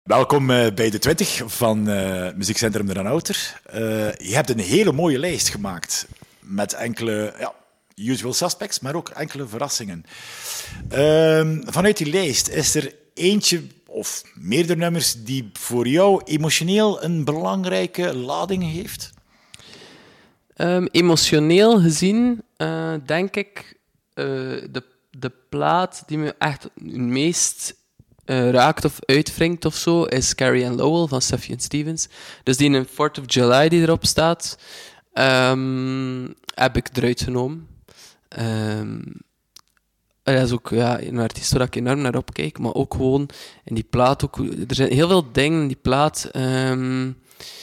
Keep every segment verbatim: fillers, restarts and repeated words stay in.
Welkom uh, bij de twintig van uh, Muziekcentrum de Ranouter. Uh, je hebt een hele mooie lijst gemaakt met enkele ja, usual suspects, maar ook enkele verrassingen. Uh, vanuit die lijst is er eentje of meerdere nummers die voor jou emotioneel een belangrijke lading heeft? Um, emotioneel gezien uh, denk ik uh, de, de plaat die me echt het meest Uh, raakt of uitwringt of zo, is Carrie Ann Lowell van Sufjan Stevens. Dus die in fourth of July die erop staat, um, heb ik eruit genomen. Um, dat is ook ja, een artiest waar ik enorm naar opkijk, maar ook gewoon in die plaat. Ook, er zijn heel veel dingen in die plaat. Um,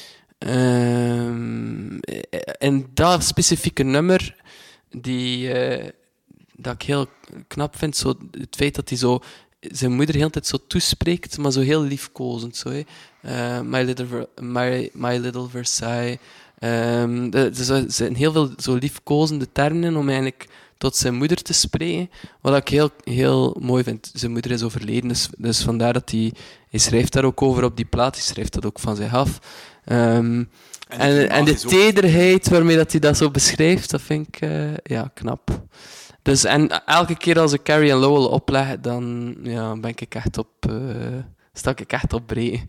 um, en dat specifieke nummer, die, uh, dat ik heel knap vind, zo, het feit dat hij zo zijn moeder de hele tijd zo toespreekt, maar zo heel liefkozend. Zo, uh, my, little, my, my Little Versailles. Um, er zijn heel veel zo liefkozende termen om eigenlijk tot zijn moeder te spreken, wat ik heel, heel mooi vind. Zijn moeder is overleden, dus, dus vandaar dat hij... Hij schrijft daar ook over op die plaat, hij schrijft dat ook van zich af. Um, en, en, en de tederheid waarmee dat hij dat zo beschrijft, dat vind ik uh, ja, knap. Dus, en elke keer als ik Carrie Ann Lowell opleg, dan ja, ben ik echt op... Uh, sta ik echt op bree.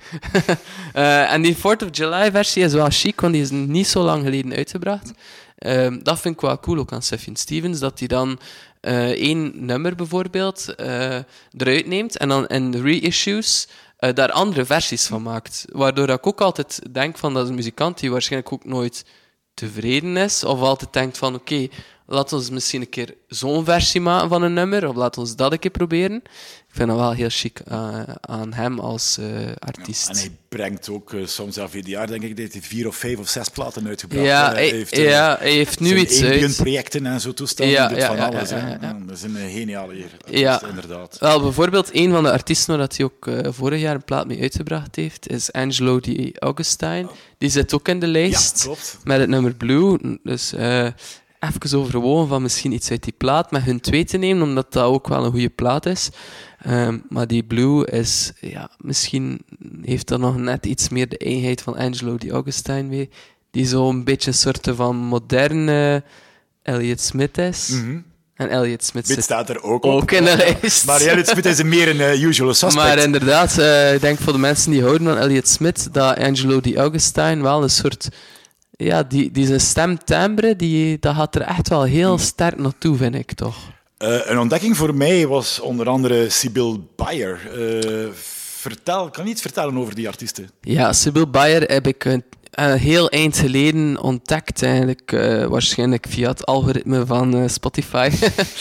uh, en die fourth of July versie is wel chic, want die is niet zo lang geleden uitgebracht. Uh, dat vind ik wel cool, ook aan Sufjan Stevens, dat hij dan uh, één nummer bijvoorbeeld uh, eruit neemt en dan in reissues uh, daar andere versies van maakt. Waardoor ik ook altijd denk van, dat is een muzikant die waarschijnlijk ook nooit tevreden is, of altijd denkt van, oké, okay, laten we misschien een keer zo'n versie maken van een nummer, of laten we dat een keer proberen. Ik vind dat wel heel chic uh, aan hem als uh, artiest. Ja, en hij brengt ook uh, soms af ieder jaar, denk ik, dat hij vier of vijf of zes platen uitgebracht. Ja, hij, hij, heeft, uh, ja hij heeft nu iets uit. projecten en zo toestanden, ja, dit ja, van ja, alles. Ja, ja, ja, ja. Dat is een geniale hier, ja. inderdaad. Wel, bijvoorbeeld, een van de artiesten waar hij ook uh, vorig jaar een plaat mee uitgebracht heeft, is Angelo Di Agostine. Oh. Die zit ook in de lijst, ja, klopt. Met het nummer Blue. Dus... Uh, even overwogen van misschien iets uit die plaat met hun twee te nemen, omdat dat ook wel een goede plaat is. Um, maar die Blue is, ja, misschien heeft dat nog net iets meer de eigenheid van Angelo Di Agostine mee, die zo'n beetje een soort van moderne Elliott Smith is. Mm-hmm. En Elliott Smith Dit zit staat er ook op. Ook in de lijst. Maar Elliott Smith is een meer een uh, usual suspect. Maar inderdaad, uh, ik denk voor de mensen die houden van Elliott Smith, dat Angelo Di Agostine wel een soort... Ja, die, die zijn stemtimbre, die, dat gaat er echt wel heel sterk naartoe, vind ik toch. Uh, een ontdekking voor mij was onder andere Sibylle Bayer. Uh, vertel, kan je iets vertellen over die artiesten? Ja, Sibylle Bayer heb ik een, een heel eind geleden ontdekt, eigenlijk, uh, waarschijnlijk via het algoritme van uh, Spotify.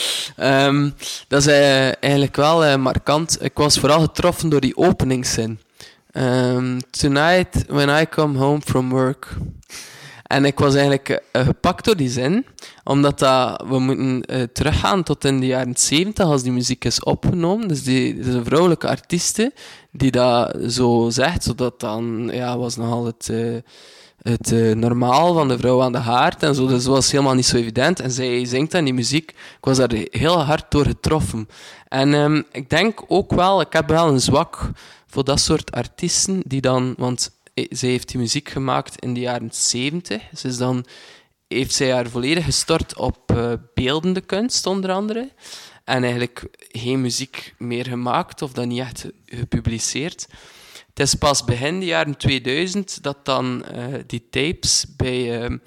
um, dat is uh, eigenlijk wel uh, markant. Ik was vooral getroffen door die openingszin. Um, Tonight, when I come home from work... En ik was eigenlijk uh, gepakt door die zin, omdat dat, we moeten uh, teruggaan tot in de jaren zeventig, als die muziek is opgenomen. Dus die, die is een vrouwelijke artieste die dat zo zegt, zodat dan, ja, was nogal het, uh, het uh, normaal van de vrouw aan de haard en zo. Dus dat was helemaal niet zo evident. En zij zingt aan die muziek. Ik was daar heel hard door getroffen. En um, ik denk ook wel, ik heb wel een zwak voor dat soort artiesten die dan, want... Zij heeft die muziek gemaakt in de jaren zeventig. Dus dan heeft zij haar volledig gestort op uh, beeldende kunst, onder andere. En eigenlijk geen muziek meer gemaakt, of dan niet echt gepubliceerd. Het is pas begin de jaren tweeduizend dat dan uh, die tapes bij... Uh,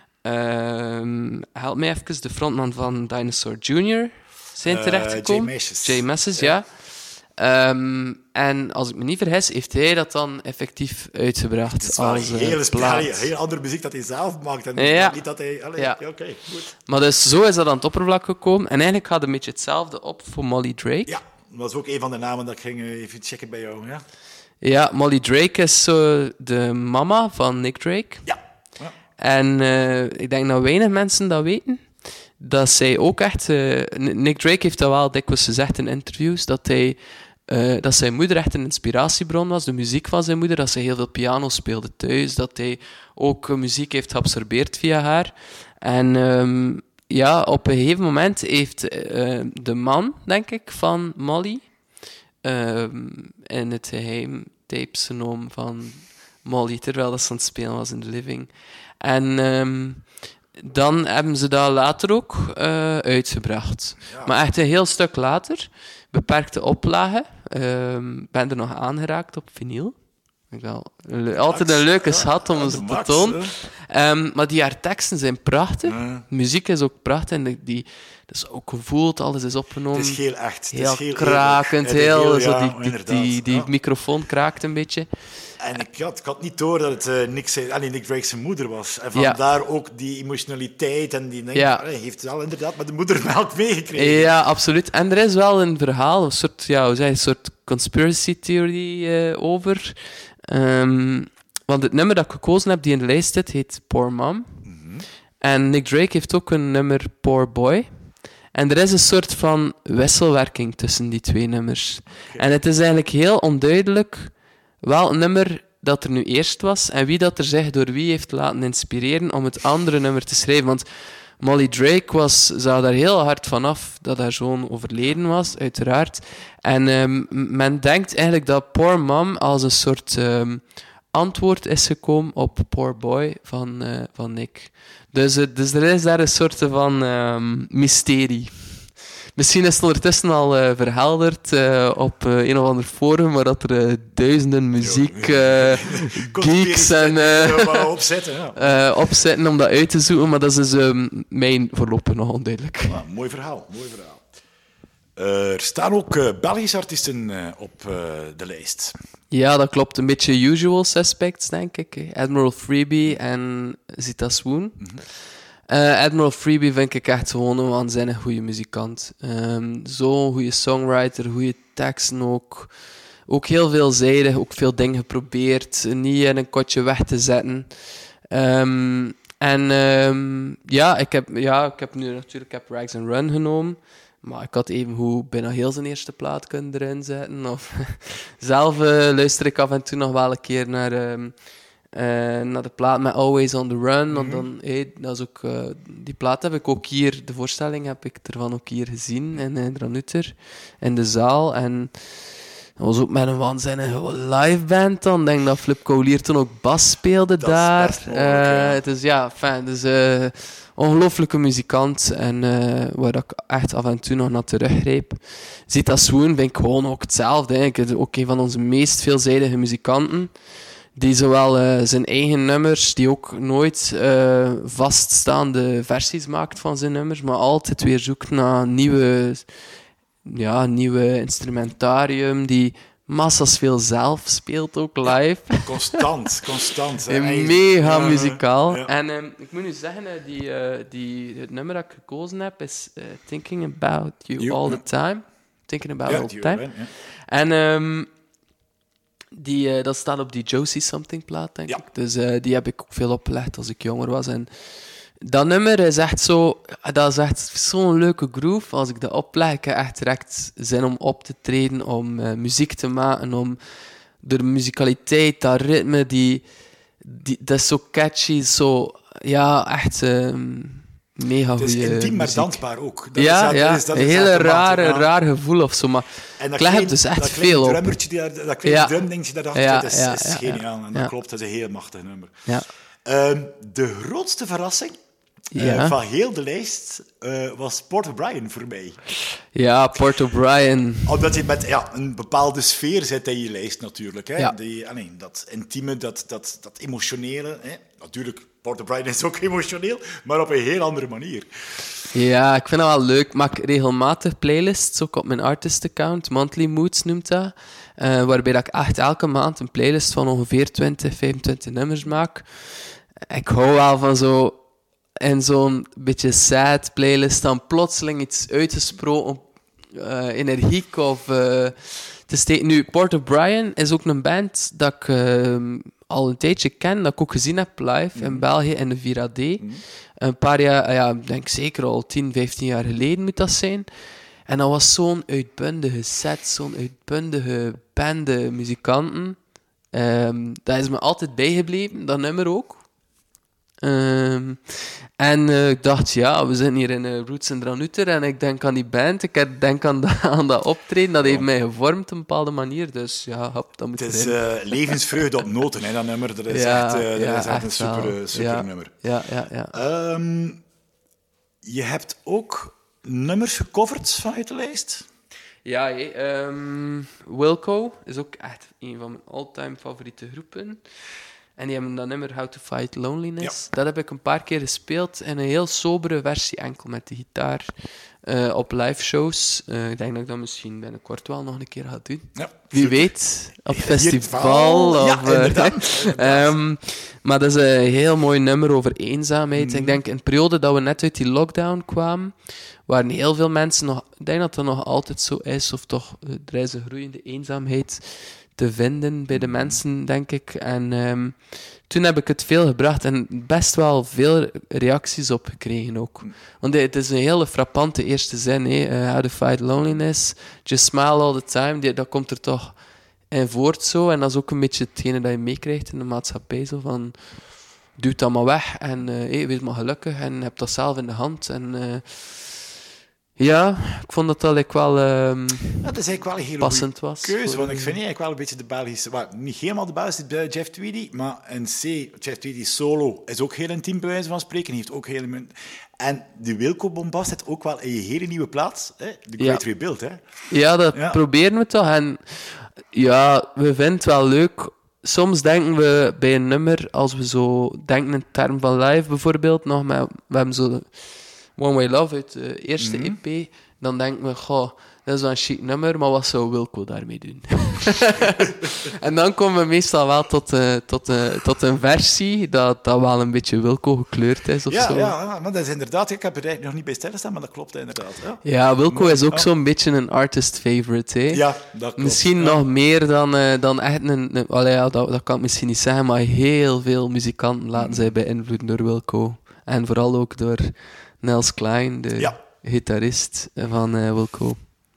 uh, help mij even, de frontman van Dinosaur junior zijn terechtgekomen. Uh, Jay Mascis. Jay Mascis, ja. ja. Um, en als ik me niet vergis, heeft hij dat dan effectief uitgebracht. Het is wel als een hele plaat. heel andere muziek dat hij zelf maakt. En ja. niet dat hij... Allee, ja. ja, oké, goed. Maar dus zo is dat aan het oppervlak gekomen. En eigenlijk gaat een beetje hetzelfde op voor Molly Drake. Ja, dat was ook een van de namen dat ik ging even checken bij jou. Ja, ja Molly Drake is uh, de mama van Nick Drake. Ja. ja. En uh, ik denk dat weinig mensen dat weten. Dat zij ook echt... Uh, Nick Drake heeft dat wel dikwijls gezegd in interviews, dat hij... Uh, dat zijn moeder echt een inspiratiebron was, de muziek van zijn moeder, dat zij heel veel piano speelde thuis, dat hij ook uh, muziek heeft geabsorbeerd via haar. En um, ja, op een gegeven moment heeft uh, de man, denk ik, van Molly uh, in het geheim tapes genomen van Molly, terwijl dat ze aan het spelen was in de living. En um, dan hebben ze dat later ook uh, uitgebracht. Ja. Maar echt een heel stuk later. Beperkte oplage. Um, ben er nog aangeraakt op vinyl. Ik wel, altijd een leuke schat om ja, ze te max, tonen. Um, maar die haar teksten zijn prachtig. Ja. De muziek is ook prachtig. En die, die, dat is ook gevoeld, alles is opgenomen. Het is heel echt. Heel, het is heel krakend. Heel, heel, zo ja, die die, die, die ja. microfoon kraakt een beetje. En ik had, ik had niet door dat het uh, Nick, zijn, allee, Nick Drake zijn moeder was. En vandaar ja. ook die emotionaliteit. En die denk, ja. Hij heeft wel inderdaad met de moedermelk meegekregen. Ja, absoluut. En er is wel een verhaal, een soort, ja, hoe zeg je, een soort conspiracy theorie uh, over. Um, want het nummer dat ik gekozen heb, die in de lijst zit, heet Poor Mom. Mm-hmm. En Nick Drake heeft ook een nummer Poor Boy. En er is een soort van wisselwerking tussen die twee nummers. Okay. En het is eigenlijk heel onduidelijk wel een nummer dat er nu eerst was en wie dat er zich door wie heeft laten inspireren om het andere nummer te schrijven. Want Molly Drake was, zou daar heel hard vanaf dat haar zoon overleden was, uiteraard. En um, men denkt eigenlijk dat Poor Mom als een soort um, antwoord is gekomen op Poor Boy van, uh, van Nick. Dus, uh, dus er is daar een soort van um, mysterie. Misschien is het ondertussen al uh, verhelderd uh, op uh, een of ander forum, waar dat er uh, duizenden muziek uh, geeks en uh, opzetten, ja. uh, opzetten om dat uit te zoeken, maar dat is dus um, mijn voorlopig nog onduidelijk. Ah, mooi verhaal, mooi verhaal. Uh, er staan ook uh, Belgische artiesten uh, op uh, de lijst. Ja, dat klopt. Een beetje usual suspects, denk ik. Admiral Freebie en Zita Swoon. Mm-hmm. Uh, Admiral Freebie vind ik echt gewoon een waanzinnig goede muzikant. Um, Zo'n goede songwriter, goede teksten ook. Ook heel veelzijdig, ook veel dingen geprobeerd. Niet in een kotje weg te zetten. Um, en um, ja, ik heb, ja, ik heb nu natuurlijk ik heb Rags and Run genomen. Maar ik had evengoed bijna heel zijn eerste plaat kunnen erin zetten. Of zelf uh, luister ik af en toe nog wel een keer naar... Um, Uh, naar de plaat met Always on the Run. Mm-hmm. Dan, hey, dat is ook, uh, die plaat heb ik ook hier, de voorstelling heb ik ervan ook hier gezien in uh, Dranutter, in de zaal. En dat was ook met een waanzinnige live band dan. Ik denk dat Flip Coulier toen ook bas speelde dat daar. Is mogelijk, uh, ja. Dus ja, fijn. Dus uh, ongelooflijke muzikant en uh, waar ik echt af en toe nog naar teruggreep. Zita Swoon vind ik gewoon ook hetzelfde. Hè. Ik ook een van onze meest veelzijdige muzikanten. Die zowel uh, zijn eigen nummers, die ook nooit uh, vaststaande versies maakt van zijn nummers, maar altijd weer zoekt naar nieuwe, ja, nieuwe instrumentarium, die massas veel zelf speelt, ook live. Constant, constant. Hè. Mega uh, muzikaal. Ja. En um, ik moet nu zeggen, uh, die, uh, die, het nummer dat ik gekozen heb is uh, Thinking About You, you All yeah. the Time. Thinking About ja, All the Time. Right, yeah. En... Um, Die, uh, dat staat op die Josie Something plaat, denk ja. ik. Dus uh, die heb ik ook veel opgelegd als ik jonger was. En dat nummer is echt zo... Dat is echt zo'n leuke groove. Als ik dat opleg, ik heb echt direct zin om op te treden, om uh, muziek te maken, om de musicaliteit, dat ritme, die, die, dat is zo catchy, zo... Ja, echt... Um, mega goede muziek. Het is intiem, maar dansbaar ook. Dat ja, is, dat ja. is, dat een is hele rare, ja. raar gevoel of zo. Maar en ik leg het dus echt dat veel op. Drummertje, die daar, dat kleine ja. drumdingetje daarachter, ja, dat is, ja, is ja, geniaal. En dat ja. klopt, dat is een heel machtig nummer. Ja. Uh, de grootste verrassing uh, ja. van heel de lijst uh, was Port O'Brien voor mij. Ja, Port O'Brien. Omdat hij met ja, een bepaalde sfeer zit in je lijst natuurlijk. Hè. Ja. Die, allee, dat intieme, dat, dat, dat emotionele. Hè. Natuurlijk, Port O'Brien is ook emotioneel, maar op een heel andere manier. Ja, ik vind dat wel leuk. Ik maak regelmatig playlists, ook op mijn artist-account. Monthly Moods noemt dat. Uh, waarbij dat ik echt elke maand een playlist van ongeveer twintig, vijfentwintig nummers maak. Ik hou wel van zo... in zo'n beetje sad playlist dan plotseling iets uitgesproken, uh, energiek of... Uh, te steken. Nu, Port O'Brien is ook een band dat ik uh, al een tijdje ken, dat ik ook gezien heb live mm. in België in de vier A D. Mm. Een paar jaar, ja, ik denk zeker al tien, vijftien jaar geleden moet dat zijn. En dat was zo'n uitbundige set, zo'n uitbundige bende muzikanten. Um, dat is me altijd bijgebleven, dat nummer ook. Um, en uh, ik dacht, ja, we zitten hier in uh, Roots en Dranuter en ik denk aan die band, ik denk aan, da- aan dat optreden, dat heeft mij gevormd op een bepaalde manier. Dus ja, hop, dat moet Het is erin. uh, levensvreugde op noten, hè, dat nummer. Dat is Ja, echt, uh, dat ja, is echt een echt super, wel. uh, super Ja. nummer. Ja, ja, ja. Um, je hebt ook nummers gecoverd vanuit de lijst? Ja, hé, um, Wilco is ook echt een van mijn all-time favoriete groepen. En die hebben dat nummer How to Fight Loneliness. Ja. Dat heb ik een paar keer gespeeld in een heel sobere versie, enkel met de gitaar, uh, op live shows. Uh, ik denk dat ik dat misschien binnenkort wel nog een keer ga doen. Ja, Wie super. weet, op Hier- festival. Ja, of, uh, inderdaad. inderdaad. um, maar dat is een heel mooi nummer over eenzaamheid. Mhm. Ik denk in de periode dat we net uit die lockdown kwamen, waren heel veel mensen nog... Ik denk dat dat nog altijd zo is, of toch, uh, er is een groeiende eenzaamheid te vinden bij de mensen, denk ik. En um, toen heb ik het veel gebracht en best wel veel reacties op gekregen ook. Want het is een hele frappante eerste zin, hè. Uh, How to Fight Loneliness, Just Smile All the Time, die, dat komt er toch in voort zo. En dat is ook een beetje hetgene dat je meekrijgt in de maatschappij, zo van... Doe het allemaal weg en uh, hey, wees maar gelukkig en heb dat zelf in de hand. En... Uh, ja, ik vond dat dat like wel um, Ja, dat is eigenlijk wel een hele passend goede was. keuze, voor- want ik vind eigenlijk wel een beetje de Belgische... well, niet helemaal de Belgische bij Jeff Tweedy, maar in C, Jeff Tweedy solo is ook heel intiem bij wijze van spreken. Heeft ook heel... En de Wilco Bombast heeft ook wel een hele nieuwe plaats. Hè? De Great Ja. Rebuild. Hè? Ja, dat Ja. proberen we toch. En ja, we vinden het wel leuk. Soms denken we bij een nummer, als we zo denken in termen van live bijvoorbeeld, nog met, we hebben zo One Way Love uit de eerste Mhm. E P, dan denken we, goh, dat is wel een chic nummer, maar wat zou Wilco daarmee doen? En dan komen we meestal wel tot, uh, tot, uh, tot een versie dat, dat wel een beetje Wilco gekleurd is of Ja, zo. ja, ja, maar dat is inderdaad... Ik heb er eigenlijk nog niet bij stilgestaan, maar dat klopt inderdaad. Ja, Ja, Wilco Mooi. is ook Ja. zo'n beetje een artist favorite, hè? ja dat klopt. Misschien ja. nog meer dan, uh, dan echt een... een allee, ja, dat, dat kan ik misschien niet zeggen, maar heel veel muzikanten laten zij beïnvloeden door Wilco. En vooral ook door Nels Klein, de Ja. gitarist van uh, Wilco.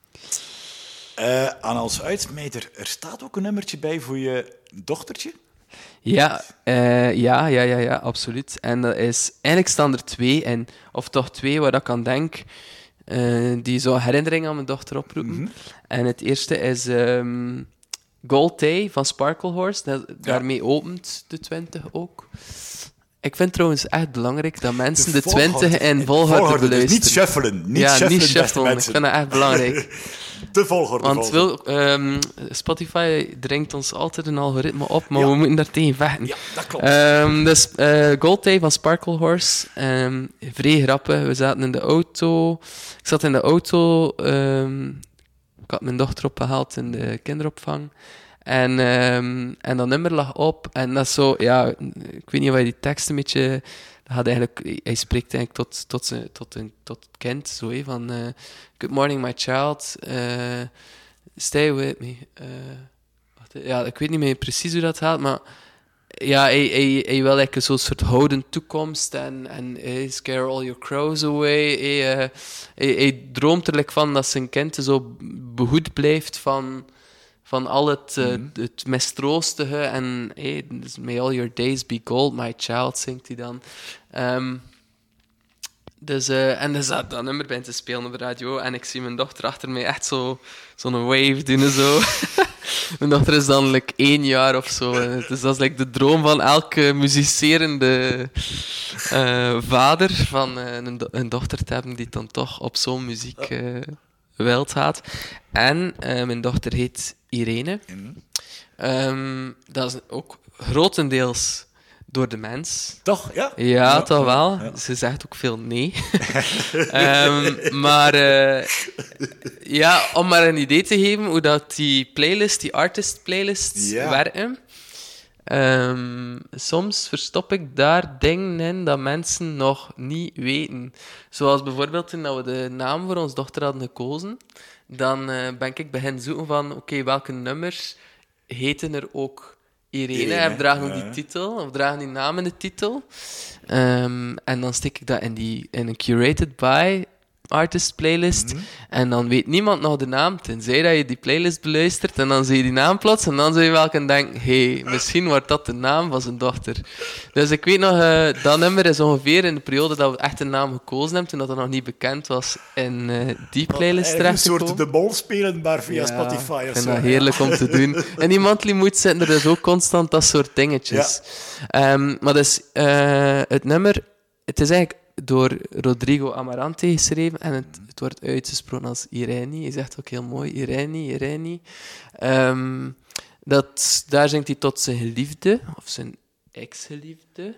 Uh, en als uitsmijter, er staat ook een nummertje bij voor je dochtertje. Ja, uh, ja, ja, ja, ja, absoluut. En dat is... Eigenlijk staan er twee in. Of toch twee waar ik aan denk. Uh, die zo herinnering aan mijn dochter oproepen. Mhm. En het eerste is um, Gold Day van Sparkle Horse. Dat, daarmee opent de twintig ook. Ik vind trouwens echt belangrijk dat mensen de, twintig in volgorde dus beluisteren. niet shuffelen. Niet ja, shuffelen, niet beste shuffelen. Ik mensen. vind dat echt belangrijk. De volgorde. Want volgorde. wil, um, Spotify dringt ons altijd een algoritme op, maar Ja. we moeten daar tegen vechten. Ja, dat klopt. Um, dus uh, Gold Day van Sparkle Horse. Um, vrij grappig. We zaten in de auto. Ik zat in de auto. Um, ik had mijn dochter opgehaald in de kinderopvang. En, um, en dat nummer lag op. En dat is zo, ja, ik weet niet of je die tekst een beetje... Dat gaat eigenlijk, hij spreekt eigenlijk tot, tot, zijn, tot, een, tot het kind, zo hé, van... Uh, Good morning, my child. Uh, stay with me. Uh, wacht, ja, ik weet niet meer precies hoe dat gaat, maar... Ja, hij, hij, hij wil like zo'n soort houden toekomst en, en hey, scare all your crows away. Hij, uh, hij, hij droomt er like van dat zijn kind zo behoed blijft van, van al het, uh, Mhm. het mistroostige. En hey, dus may all your days be gold, my child, zingt hij dan. Um, dus, uh, en dus dat, dat nummer begint te spelen op de radio en ik zie mijn dochter achter mij echt zo, zo'n wave doen en zo. Mijn dochter is dan like, één jaar of zo. Dus dat is like, de droom van elke muzicerende uh, vader, van uh, een, do- een dochter te hebben die dan toch op zo'n muziek uh, wild gaat. En uh, mijn dochter heet Irene. Um, dat is ook grotendeels door de mens. Toch? Ja? Ja, toch wel. ja. Ze zegt ook veel nee. um, maar uh, ja, om maar een idee te geven hoe dat die playlist, die artist playlists Ja. werken. Um, soms verstop ik daar dingen in dat mensen nog niet weten. Zoals bijvoorbeeld toen dat we de naam voor onze dochter hadden gekozen, dan uh, ben ik beginnen zoeken van oké, okay, welke nummers heten er ook Irene, Irene, en dragen ja. die titel, of dragen die naam in de titel. Um, en dan steek ik dat in, die, in een curated by artist playlist. Mm-hmm. En dan weet niemand nog de naam, tenzij dat je die playlist beluistert. En dan zie je die naam plots. En dan zou je wel kunnen denken, hé, hey, misschien wordt dat de naam van zijn dochter. Dus ik weet nog, uh, dat nummer is ongeveer in de periode dat we echt een naam gekozen hebben. Toen dat nog niet bekend was in uh, die playlist terecht te komen. Een soort de bol spelen, maar via ja, Spotify. Ik vind dat heerlijk om te doen. En die monthly mood zitten er dus ook constant dat soort dingetjes. Ja. Um, maar dus, uh, het nummer, het is eigenlijk door Rodrigo Amarante geschreven en het, het wordt uitgesproken als Irene. Hij zegt ook heel mooi, Irene, Irene. Um, dat, daar zingt hij tot zijn geliefde, of zijn ex-geliefde.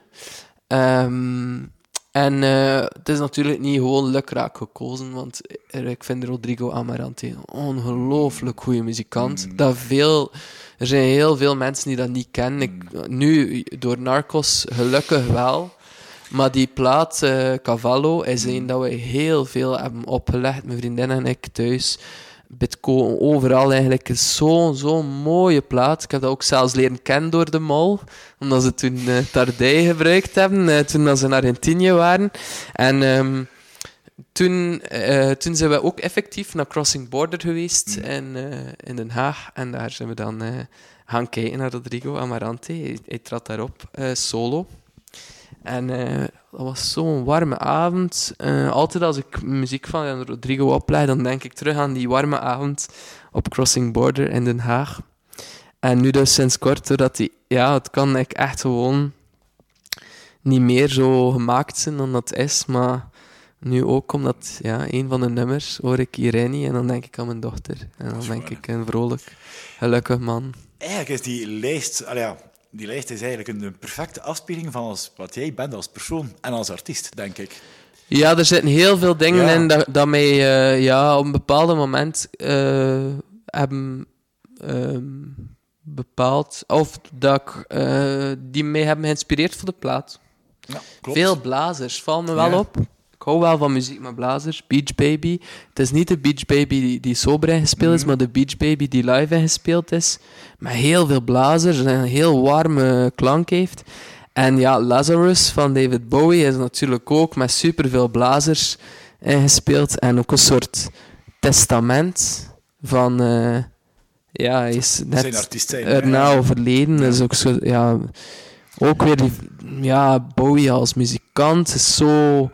Um, en uh, het is natuurlijk niet gewoon lukraak gekozen, want ik vind Rodrigo Amarante een ongelooflijk goede muzikant. Mm. Dat veel, er zijn heel veel mensen die dat niet kennen. Ik, nu, door Narcos, gelukkig wel. Maar die plaat, uh, Cavallo, is een dat we heel veel hebben opgelegd. Mijn vriendin en ik thuis. Bitco, overal eigenlijk. Zo'n zo mooie plaat. Ik heb dat ook zelfs leren kennen door de mol. Omdat ze toen uh, Tardij gebruikt hebben. Uh, toen ze in Argentinië waren. En um, toen, uh, toen zijn we ook effectief naar Crossing Border geweest. Mm. In, uh, in Den Haag. En daar zijn we dan uh, gaan kijken naar Rodrigo Amarante. Hij, hij trad daarop, uh, solo. En uh, dat was zo'n warme avond. Uh, altijd als ik muziek van Rodrigo opleid, dan denk ik terug aan die warme avond op Crossing Border in Den Haag. En nu dus sinds kort, doordat die, ja, het kan ik echt gewoon niet meer zo gemaakt zijn dan dat is. Maar nu ook omdat, ja, een van de nummers hoor ik Irene en dan denk ik aan mijn dochter. En dan denk ik een vrolijk, gelukkig man. Eigenlijk is die lijst... Allee, ja. Die lijst is eigenlijk een perfecte afspiegeling van als, wat jij bent als persoon en als artiest, denk ik. Ja, er zitten heel veel dingen ja. in dat, dat mij uh, ja, op een bepaald moment uh, hebben uh, bepaald, of dat ik, uh, die mij hebben geïnspireerd voor de plaat. Ja, klopt. Veel blazers, vallen me wel ja. op. Ik hou wel van muziek met blazers. Beach Baby. Het is niet de Beach Baby die, die sober ingespeeld mm. is, maar de Beach Baby die live ingespeeld is. Met heel veel blazers en een heel warme klank heeft. En ja, Lazarus van David Bowie is natuurlijk ook met superveel blazers ingespeeld. En ook een soort testament van... Uh, ja, hij is net zijn erna ja. overleden. Ja. Dus ook, zo, ja, ook weer die... Ja, Bowie als muzikant is zo...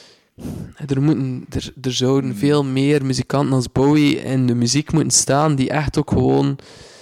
Er, moeten, er, er zouden veel meer muzikanten als Bowie in de muziek moeten staan, die echt ook gewoon...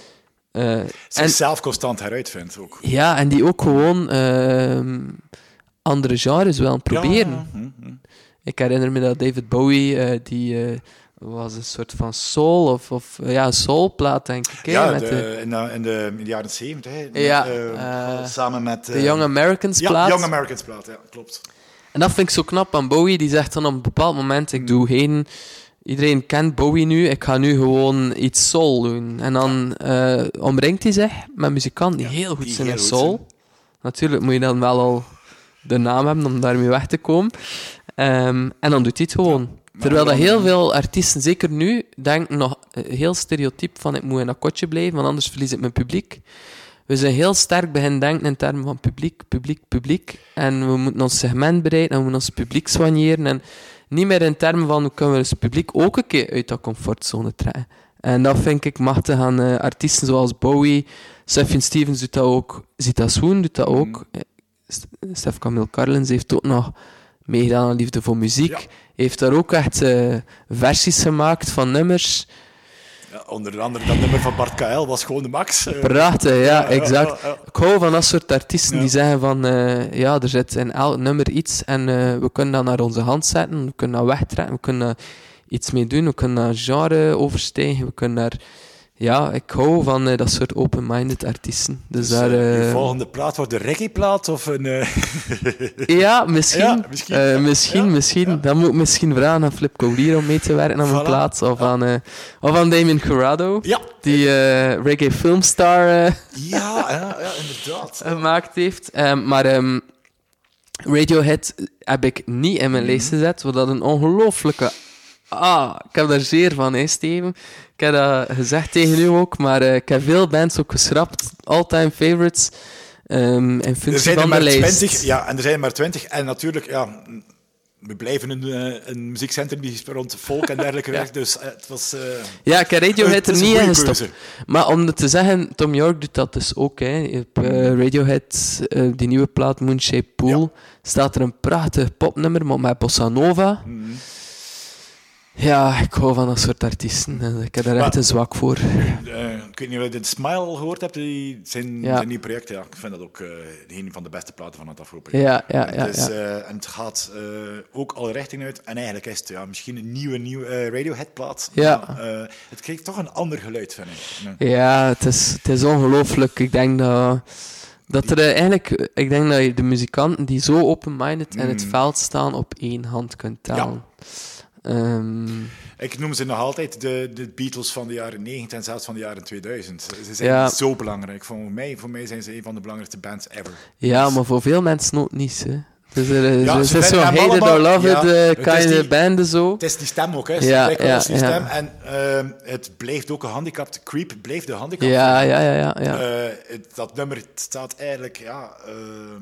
Uh, zichzelf constant heruitvindt ook. Ja, en die ook gewoon uh, andere genres willen proberen. Ja, hm, hm. Ik herinner me dat David Bowie, uh, die uh, was een soort van soul, of, of uh, ja, soulplaat, denk ik. Hè, ja, met de, de, in, de, in, de, in de jaren zeventig. Ja, uh, uh, samen met... Uh, de Young Americans ja, plaat. Young Americans plaat, ja, klopt. En dat vind ik zo knap aan Bowie. Die zegt dan op een bepaald moment, ik doe geen... Iedereen kent Bowie nu, ik ga nu gewoon iets soul doen. En dan uh, omringt hij zich met muzikanten die ja, heel goed die zijn in soul. Zijn. Natuurlijk moet je dan wel al de naam hebben om daarmee weg te komen. Um, en dan doet hij het gewoon. Ja, terwijl dat heel veel artiesten, zeker nu, denken nog heel stereotyp van ik moet in dat kotje blijven, want anders verlies ik mijn publiek. We zijn heel sterk beginnen denken in termen van publiek, publiek, publiek. En we moeten ons segment bereiden en we moeten ons publiek soigneren. En niet meer in termen van hoe kunnen we het publiek ook een keer uit dat comfortzone trekken. En dat vind ik machtig aan uh, artiesten zoals Bowie. Sufjan Stevens doet dat ook. Zita Swoon doet dat ook. Mm. Stef Camille Carlins heeft ook nog meegedaan aan Liefde voor Muziek. Ja. Heeft daar ook echt uh, versies gemaakt van nummers. Ja, onder andere dat nummer van Bart K L was gewoon de max. Uh, Prachtig, ja, ja, exact. Ja, ja, ja. Ik hou van dat soort artiesten ja. die zeggen van... Uh, ja, er zit in elk nummer iets en uh, we kunnen dat naar onze hand zetten. We kunnen dat wegtrekken. We kunnen daar iets mee doen. We kunnen dat genre overstijgen. We kunnen daar... Ja, ik hou van uh, dat soort open-minded artiesten. Dus, dus daar, uh, de volgende plaat wordt een reggae-plaat of een... Uh... ja, misschien. Ja, misschien. Uh, misschien, ja, misschien. Ja. Dan moet ik misschien vragen aan Flip Collier om mee te werken aan voilà. mijn plaat. Of, ja. aan, uh, of aan Damien Corrado, ja. die uh, reggae filmstar uh, ja, ja, ja, inderdaad. gemaakt heeft. Um, maar um, Radiohead heb ik niet in mijn mm. lijst gezet, wat dat een ongelooflijke... Ah, ik heb daar zeer van, hè, Steven. Ik heb dat gezegd tegen u ook, maar uh, ik heb veel bands ook geschrapt. All-time favorites. Um, in functie van mijn lijst. twintig, ja, en er zijn er maar twintig. En natuurlijk, ja, we blijven een, uh, een muziekcentrum die rond folk en dergelijke werkt, dus uh, het was... Uh, ja, ik heb Radiohead er niet in gestopt. Keuze. Maar om het te zeggen, Tom York doet dat dus ook. Hè. Op uh, Radiohead, uh, die nieuwe plaat Moonshaped Pool, ja. staat er een prachtig popnummer, maar met bossa nova. Mm-hmm. Ja, ik hou van dat soort artiesten. Ik heb daar maar, echt een zwak voor. Uh, ik weet niet of je de Smile gehoord hebt, die, zijn, ja. zijn nieuw project. Ja, ik vind dat ook uh, een van de beste platen van het afgelopen jaar. Ja, ja, ja, dus, ja. Uh, en het gaat uh, ook alle richtingen uit. En eigenlijk is het ja, misschien een nieuwe, nieuwe uh, Radiohead-plaat. Ja. Maar, uh, het krijgt toch een ander geluid, vind ik. Ja, ja het, is, het is ongelooflijk. Ik denk dat... Dat er uh, eigenlijk... Ik denk dat je de muzikanten die zo open-minded mm. in het veld staan op één hand kunt tellen. Ja. Um, ik noem ze nog altijd de, de Beatles van de jaren negentig en zelfs van de jaren tweeduizend. Ze zijn ja. zo belangrijk. Voor mij, voor mij zijn ze een van de belangrijkste bands ever. Ja, dus. Maar voor veel mensen ook niet. Hè. Dus er is, ja, ze is zo'n hate it or love ja, it uh, kind of band zo. Het is die stem ook, hè. Het ja, lijkt wel ja, als die ja. stem. En uh, het blijft ook een handicap. Creep blijft de handicap. Ja, ja, ja. ja, ja. Uh, het, dat nummer staat eigenlijk... Ja, uh,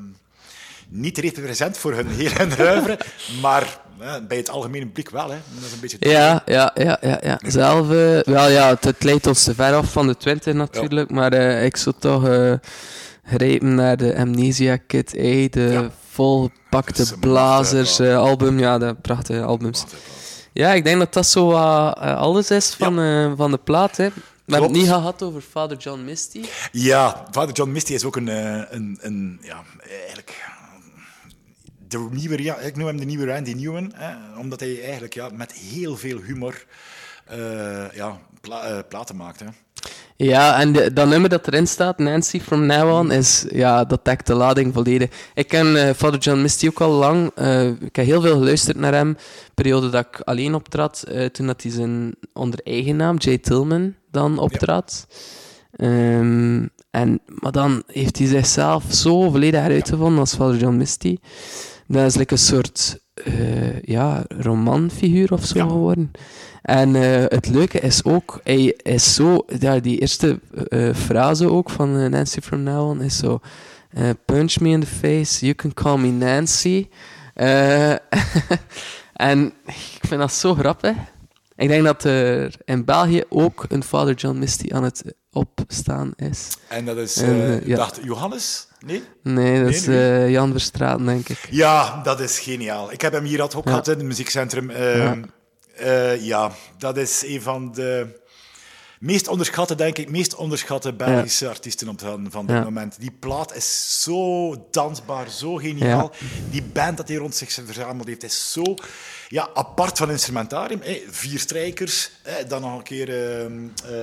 niet represent voor hun heel en ruiveren, maar eh, bij het algemene publiek wel. Hè. Dat is een beetje ja, ja, ja, ja, ja. Zelf, uh, wel, ja, het, het leidt ons te ver af van de twintig natuurlijk, ja. maar uh, ik zou toch uh, grijpen naar de Amnesia Kid A, de ja. volgepakte Blazers uh, album, ja, de prachtige albums. Ja, ik denk dat dat zo uh, alles is van, ja. uh, van de plaat, hè. We hebben het niet gehad over Father John Misty. Ja, Father John Misty is ook een, een, een ja, eigenlijk... De nieuwe, ja, ik noem hem de nieuwe Randy Newman, hè, omdat hij eigenlijk ja, met heel veel humor uh, ja, pla- uh, platen maakt. Hè. Ja, en de, dat nummer dat erin staat, Nancy From Now On, is, ja, dat dekt de lading volledig. Ik ken uh, Father John Misty ook al lang. Uh, ik heb heel veel geluisterd naar hem. Periode dat ik alleen optrad, uh, toen dat hij zijn onder eigen naam, Jay Tillman, dan optrad. Ja. Um, en, maar dan heeft hij zichzelf zo volledig uitgevonden ja. als Father John Misty. Dat is like een soort uh, ja, romanfiguur of zo ja. geworden. En uh, het leuke is ook, hij is zo, ja, die eerste uh, frase ook van uh, Nancy From Now On is zo, uh, punch me in the face, you can call me Nancy. Uh, en ik vind dat zo grappig. Ik denk dat er in België ook een Father John Misty aan het opstaan is. En dat is, uh, uh, ja. dacht Johannes? Nee? Nee, dat nee, is uh, Jan Verstraeten, denk ik. Ja, dat is geniaal. Ik heb hem hier ook ja. gehad in het muziekcentrum. Uh, ja. Uh, ja, dat is een van de meest onderschatte, denk ik, meest onderschatte Belgische ja. artiesten op van, van dit ja. moment. Die plaat is zo dansbaar, zo geniaal. Ja. Die band dat hij rond zich verzameld heeft, is zo ja, apart van instrumentarium. Hey, vier strijkers, hey, dan nog een keer uh, uh,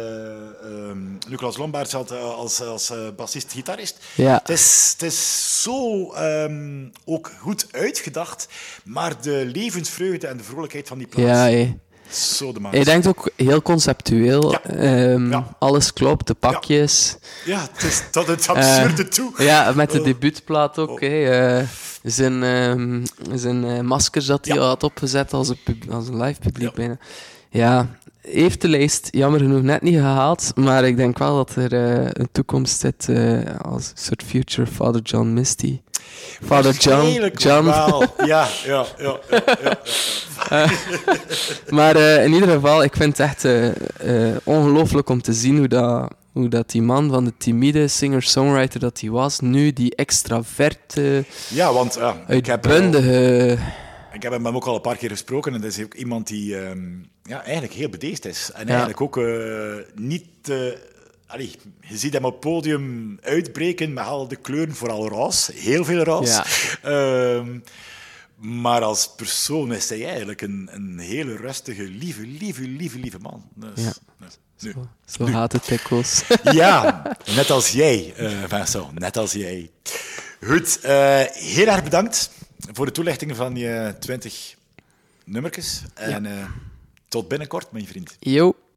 uh, Lucas Lombaerts als, als, als uh, bassist-gitarist. Ja. Het, is, het is zo um, ook goed uitgedacht, maar de levensvreugde en de vrolijkheid van die plaat... Ja, hey. Zo de je denkt ook heel conceptueel. Ja. Um, ja. Alles klopt, de pakjes. Ja, ja het is tot het absurde uh, toe. Ja, met de oh. debuutplaat ook. Oh. Hey, uh, zijn um, zijn uh, maskers dat hij ja. had opgezet als een, pub- als een live publiek ja. bijna. Ja, heeft de lijst jammer genoeg net niet gehaald, maar ik denk wel dat er uh, een toekomst zit uh, als een soort future Father John Misty. Father John. John. Wel. Ja, ja, ja. ja, ja, ja. uh, maar uh, in ieder geval, ik vind het echt uh, uh, ongelooflijk om te zien hoe dat, hoe dat die man van de timide singer-songwriter dat hij was, nu die extraverte, ja, want uh, uitbundige... Ik heb, ik heb hem ook al een paar keer gesproken en dat is ook iemand die um, ja, eigenlijk heel bedeesd is. En ja. eigenlijk ook uh, niet... Uh, Allee, je ziet hem op het podium uitbreken met al de kleuren, vooral roze. Heel veel roze. Ja. Um, maar als persoon is hij eigenlijk een, een hele rustige, lieve, lieve, lieve, lieve man. Dus, ja. dus, nu. Zo, zo haat het dikwijls. Ja, net als jij, uh, Vincent. Net als jij. Goed, uh, heel erg bedankt voor de toelichting van je twintig nummertjes. En uh, tot binnenkort, mijn vriend. Jo.